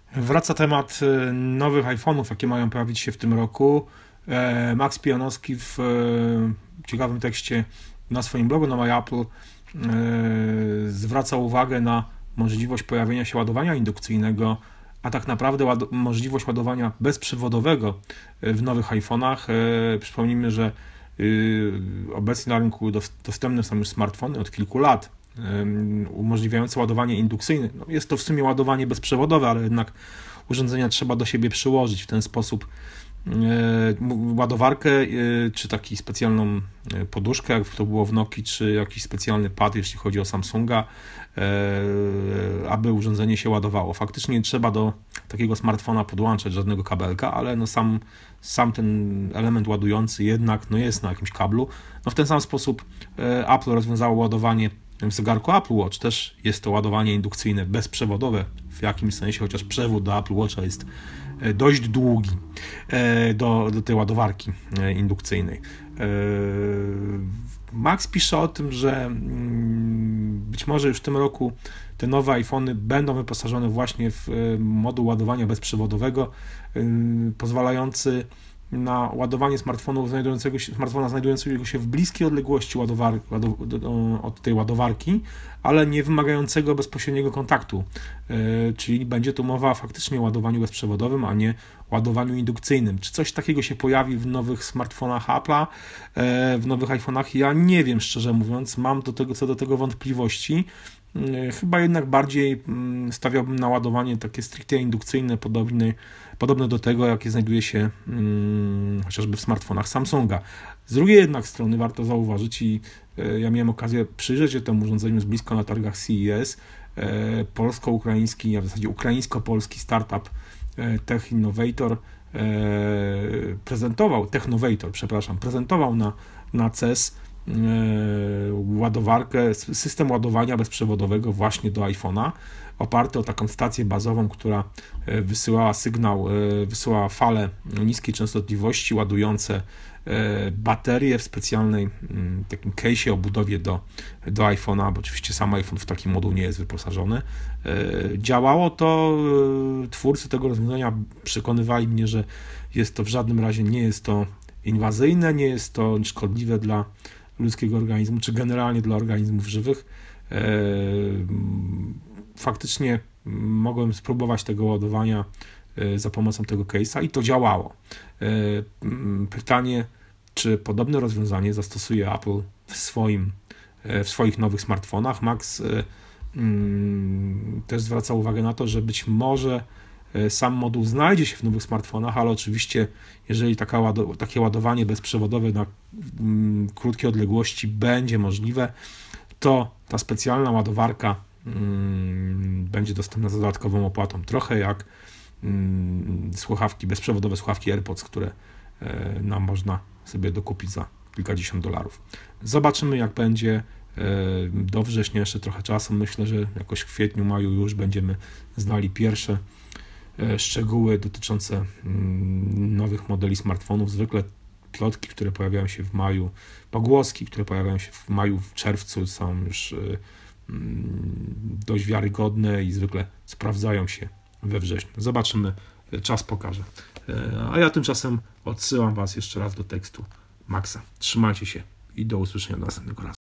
Wraca temat nowych iPhone'ów, jakie mają pojawić się w tym roku. Max Pijanowski w ciekawym tekście na swoim blogu na MyApple zwraca uwagę na możliwość pojawienia się ładowania indukcyjnego, a tak naprawdę możliwość ładowania bezprzewodowego w nowych iPhone'ach. Przypomnijmy, że obecnie na rynku dostępne są już smartfony od kilku lat umożliwiające ładowanie indukcyjne. No, jest to w sumie ładowanie bezprzewodowe, ale jednak urządzenia trzeba do siebie przyłożyć w ten sposób. Ładowarkę, czy taką specjalną poduszkę, jak to było w Nokii, czy jakiś specjalny pad, jeśli chodzi o Samsunga, aby urządzenie się ładowało. Faktycznie nie trzeba do takiego smartfona podłączać żadnego kabelka, ale no sam ten element ładujący jednak jest na jakimś kablu. No w ten sam sposób Apple rozwiązało ładowanie w zegarku Apple Watch. Też jest to ładowanie indukcyjne, bezprzewodowe w jakimś sensie, chociaż przewód do Apple Watcha jest dość długi do tej ładowarki indukcyjnej. Max pisze o tym, że być może już w tym roku te nowe iPhony będą wyposażone właśnie w moduł ładowania bezprzewodowego, pozwalający na ładowanie smartfona znajdującego się w bliskiej odległości od tej ładowarki, ale nie wymagającego bezpośredniego kontaktu. Czyli będzie tu mowa faktycznie o ładowaniu bezprzewodowym, a nie ładowaniu indukcyjnym. Czy coś takiego się pojawi w nowych smartfonach Apple'a, w nowych iPhone'ach? Ja nie wiem, szczerze mówiąc. Mam co do tego wątpliwości. Chyba jednak bardziej stawiałbym na ładowanie takie stricte indukcyjne, podobne do tego, jakie znajduje się chociażby w smartfonach Samsunga. Z drugiej jednak strony warto zauważyć, i ja miałem okazję przyjrzeć się temu urządzeniu z bliska na targach CES, polsko-ukraiński, a w zasadzie ukraińsko-polski startup Technovator prezentował na CES ładowarkę, system ładowania bezprzewodowego właśnie do iPhone'a, oparty o taką stację bazową, która wysyłała fale niskiej częstotliwości ładujące baterie w specjalnej takim case'ie o budowie do iPhone'a, bo oczywiście sam iPhone w taki moduł nie jest wyposażony. Działało to, twórcy tego rozwiązania przekonywali mnie, że jest to w żadnym razie nie jest to inwazyjne, nie jest to szkodliwe dla ludzkiego organizmu, czy generalnie dla organizmów żywych. Faktycznie mogłem spróbować tego ładowania za pomocą tego case'a i to działało. Pytanie, czy podobne rozwiązanie zastosuje Apple w swoich nowych smartfonach. Max też zwraca uwagę na to, że być może sam moduł znajdzie się w nowych smartfonach, ale oczywiście jeżeli takie ładowanie bezprzewodowe na krótkie odległości będzie możliwe, to ta specjalna ładowarka będzie dostępna za dodatkową opłatą. Trochę jak bezprzewodowe słuchawki AirPods, które nam można sobie dokupić za kilkadziesiąt dolarów. Zobaczymy, jak będzie. Do września jeszcze trochę czasu. Myślę, że jakoś w kwietniu, maju już będziemy znali pierwsze szczegóły dotyczące nowych modeli smartfonów. Zwykle plotki, które pojawiają się w maju, pogłoski, które pojawiają się w maju, w czerwcu, są już dość wiarygodne i zwykle sprawdzają się we wrześniu. Zobaczymy, czas pokaże. A ja tymczasem odsyłam Was jeszcze raz do tekstu Maxa. Trzymajcie się i do usłyszenia następnego razu.